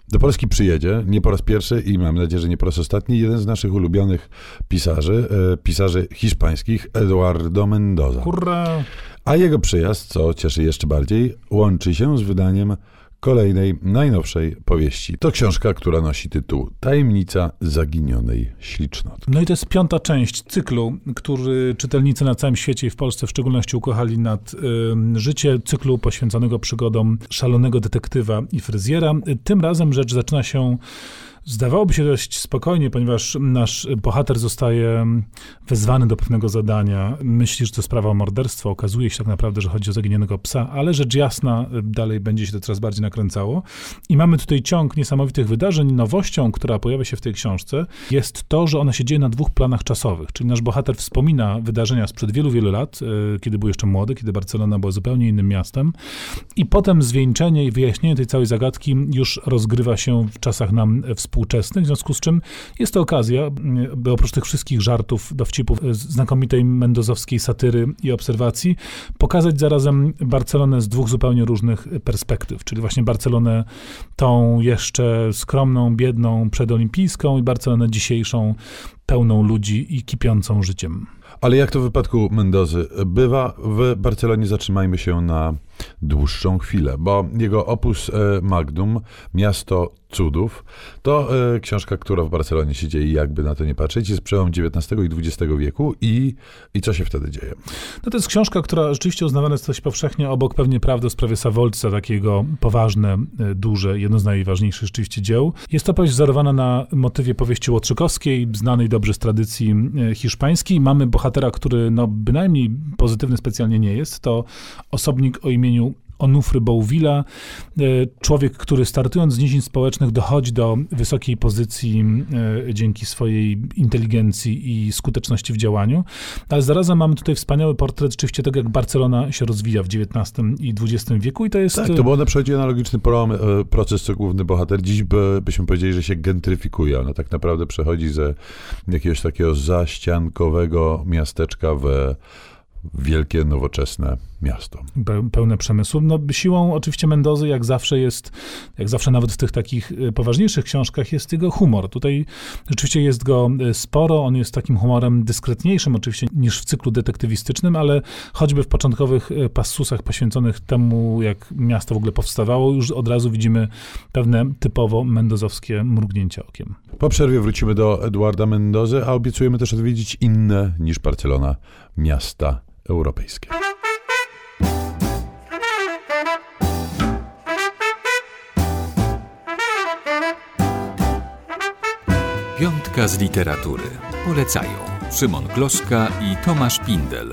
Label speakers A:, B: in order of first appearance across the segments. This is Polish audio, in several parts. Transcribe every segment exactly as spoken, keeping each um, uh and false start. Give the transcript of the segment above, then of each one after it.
A: Do Polski przyjedzie, nie po raz pierwszy i mam nadzieję, że nie po raz ostatni, jeden z naszych ulubionych pisarzy, e, pisarzy hiszpańskich, Eduardo Mendoza.
B: Hurra!
A: A jego przyjazd, co cieszy jeszcze bardziej, łączy się z wydaniem kolejnej, najnowszej powieści. To książka, która nosi tytuł Tajemnica zaginionej ślicznotki.
B: No i to jest piąta część cyklu, który czytelnicy na całym świecie i w Polsce w szczególności ukochali nad y, życie, cyklu poświęconego przygodom szalonego detektywa i fryzjera. Tym razem rzecz zaczyna się, zdawałoby się, dość spokojnie, ponieważ nasz bohater zostaje wezwany do pewnego zadania. Myśli, że to sprawa o morderstwo. Okazuje się tak naprawdę, że chodzi o zaginionego psa, ale rzecz jasna, dalej będzie się to coraz bardziej nakręcało. I mamy tutaj ciąg niesamowitych wydarzeń. Nowością, która pojawia się w tej książce, jest to, że ona się dzieje na dwóch planach czasowych. Czyli nasz bohater wspomina wydarzenia sprzed wielu, wielu lat, kiedy był jeszcze młody, kiedy Barcelona była zupełnie innym miastem. I potem zwieńczenie i wyjaśnienie tej całej zagadki już rozgrywa się w czasach nam współczesnych. Współczesnych, w związku z czym jest to okazja, by oprócz tych wszystkich żartów, dowcipów, znakomitej mendozowskiej satyry i obserwacji, pokazać zarazem Barcelonę z dwóch zupełnie różnych perspektyw, czyli właśnie Barcelonę tą jeszcze skromną, biedną, przedolimpijską i Barcelonę dzisiejszą, pełną ludzi i kipiącą życiem.
A: Ale jak to w wypadku Mendozy bywa, w Barcelonie zatrzymajmy się na dłuższą chwilę, bo jego opus magnum, Miasto Cudów, to e, książka, która w Barcelonie się dzieje, jakby na to nie patrzeć, jest przełom dziewiętnastego i dwudziestego wieku i, i co się wtedy dzieje?
B: No to jest książka, która rzeczywiście uznawana jest dość powszechnie, obok pewnie prawdy o sprawie Savolca, takiego poważne, duże, jedno z najważniejszych rzeczywiście dzieł. Jest to powieść wzorowana na motywie powieści łotrzykowskiej, znanej dobrze z tradycji hiszpańskiej. Mamy bohatera, który no bynajmniej pozytywny specjalnie nie jest. To osobnik o imieniu Onufry Bouvila, człowiek, który startując z niziń społecznych dochodzi do wysokiej pozycji e, dzięki swojej inteligencji i skuteczności w działaniu, ale zarazem mamy tutaj wspaniały portret rzeczywiście tego, jak Barcelona się rozwija w dziewiętnastym i dwudziestym wieku i to jest...
A: Tak, to było na przykładzie analogiczny prom, proces, co główny bohater. Dziś by, byśmy powiedzieli, że się gentryfikuje. Ona tak naprawdę przechodzi ze jakiegoś takiego zaściankowego miasteczka w wielkie, nowoczesne miasto.
B: Pełne przemysłu. No, siłą oczywiście Mendozy, jak zawsze jest, jak zawsze nawet w tych takich poważniejszych książkach, jest jego humor. Tutaj rzeczywiście jest go sporo, on jest takim humorem dyskretniejszym oczywiście niż w cyklu detektywistycznym, ale choćby w początkowych passusach poświęconych temu, jak miasto w ogóle powstawało, już od razu widzimy pewne typowo mendozowskie mrugnięcia okiem.
A: Po przerwie wrócimy do Eduarda Mendozy, a obiecujemy też odwiedzić inne niż Barcelona miasta europejskie.
C: Piątka z literatury. Polecają Szymon Gloszka i Tomasz Pindel.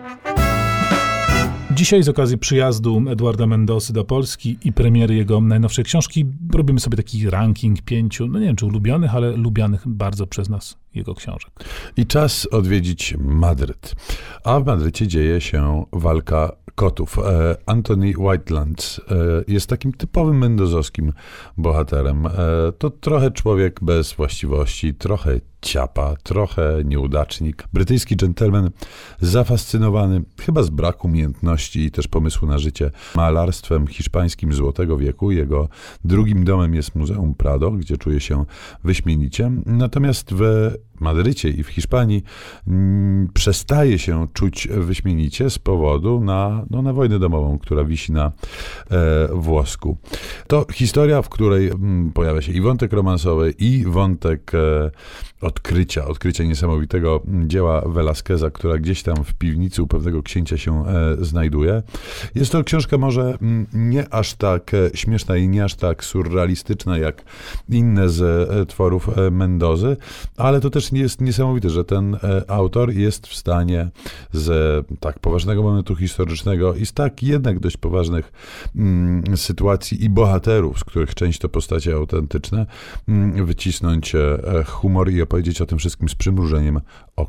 B: Dzisiaj z okazji przyjazdu Eduarda Mendozy do Polski i premiery jego najnowszej książki robimy sobie taki ranking pięciu, no nie wiem czy ulubionych, ale lubianych bardzo przez nas jego książek.
A: I czas odwiedzić Madryt. A w Madrycie dzieje się walka kotów. E, Anthony Whiteland e, jest takim typowym mendozowskim bohaterem. E, to trochę człowiek bez właściwości, trochę ciapa, trochę nieudacznik. Brytyjski dżentelmen zafascynowany, chyba z braku umiejętności i też pomysłu na życie, malarstwem hiszpańskim Złotego Wieku. Jego drugim domem jest Muzeum Prado, gdzie czuje się wyśmienicie. Natomiast w Madrycie i w Hiszpanii m, przestaje się czuć wyśmienicie z powodu na, no, na wojnę domową, która wisi na e, włosku. To historia, w której m, pojawia się i wątek romansowy, i wątek e, odkrycia, odkrycia niesamowitego dzieła Velasqueza, która gdzieś tam w piwnicy u pewnego księcia się e, znajduje. Jest to książka może m, nie aż tak e, śmieszna i nie aż tak surrealistyczna jak inne z e, tworów e, Mendozy, ale to też jest niesamowite, że ten e, autor jest w stanie z tak poważnego momentu historycznego i z tak jednak dość poważnych mm, sytuacji i bohaterów, z których część to postacie autentyczne, mm, wycisnąć e, humor i opowiedzieć o tym wszystkim z przymrużeniem oka.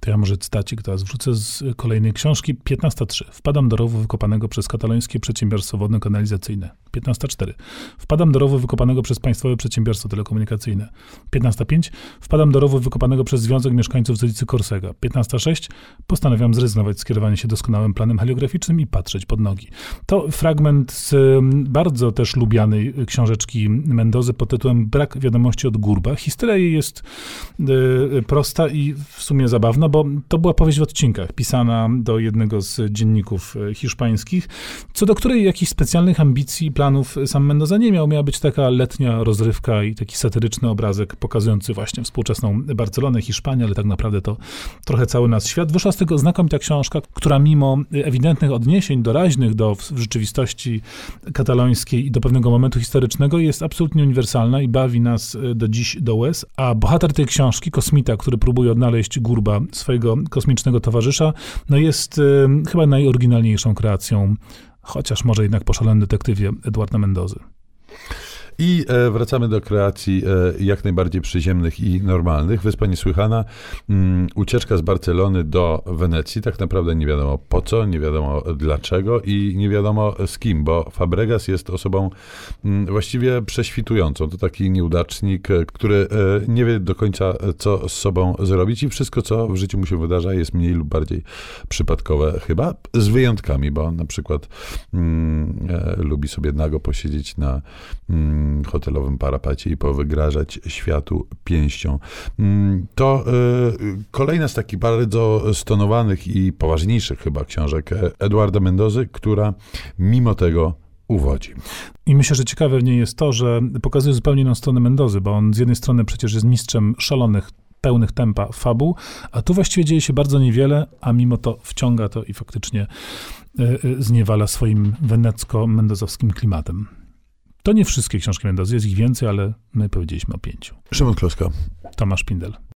B: To ja może cytacik teraz wrzucę z kolejnej książki. piętnasta trzy. Wpadam do rowu wykopanego przez katalońskie przedsiębiorstwo wodno-kanalizacyjne. piętnasta cztery. Wpadam do rowu wykopanego przez państwowe przedsiębiorstwo telekomunikacyjne. piętnasta pięć. Wpadam do rowu wykopanego przez Związek Mieszkańców z ulicy Korsega. piętnasta sześć. Postanawiam zrezygnować z kierowania się doskonałym planem heliograficznym i patrzeć pod nogi. To fragment z bardzo też lubianej książeczki Mendozy pod tytułem Brak wiadomości od Gurba. Historia jej jest y, prosta i w sumie zabawna, bo to była powieść w odcinkach, pisana do jednego z dzienników hiszpańskich, co do której jakichś specjalnych ambicji i planów sam Mendoza nie miał. Miała być taka letnia rozrywka i taki satyryczny obrazek pokazujący właśnie współczesną Barcelonę, Hiszpanię, ale tak naprawdę to trochę cały nasz świat. Wyszła z tego znakomita książka, która mimo ewidentnych odniesień doraźnych do rzeczywistości katalońskiej i do pewnego momentu historycznego jest absolutnie uniwersalna i bawi nas do dziś do łez, a bohater tej książki, kosmita, który próbuje odnaleźć Gurba, swojego kosmicznego towarzysza, no jest y, chyba najoryginalniejszą kreacją, chociaż może jednak po szalonym detektywie Eduarda Mendozy.
A: I e, wracamy do kreacji e, jak najbardziej przyziemnych i normalnych. Wyspa Niesłychana, mm, ucieczka z Barcelony do Wenecji, tak naprawdę nie wiadomo po co, nie wiadomo dlaczego i nie wiadomo z kim, bo Fabregas jest osobą mm, właściwie prześwitującą. To taki nieudacznik, który e, nie wie do końca, co z sobą zrobić i wszystko, co w życiu mu się wydarza, jest mniej lub bardziej przypadkowe chyba, z wyjątkami, bo on na przykład mm, e, lubi sobie nago posiedzieć na mm, hotelowym parapacie i powygrażać światu pięścią. To y, kolejna z takich bardzo stonowanych i poważniejszych chyba książek Eduarda Mendozy, która mimo tego uwodzi.
B: I myślę, że ciekawe w niej jest to, że pokazuje zupełnie inną stronę Mendozy, bo on z jednej strony przecież jest mistrzem szalonych, pełnych tempa fabuł, a tu właściwie dzieje się bardzo niewiele, a mimo to wciąga to i faktycznie y, y, zniewala swoim wenecko-mendozowskim klimatem. To nie wszystkie książki Mendozy, jest ich więcej, ale my powiedzieliśmy o pięciu.
A: Szymon Kloska.
B: Tomasz Pindel.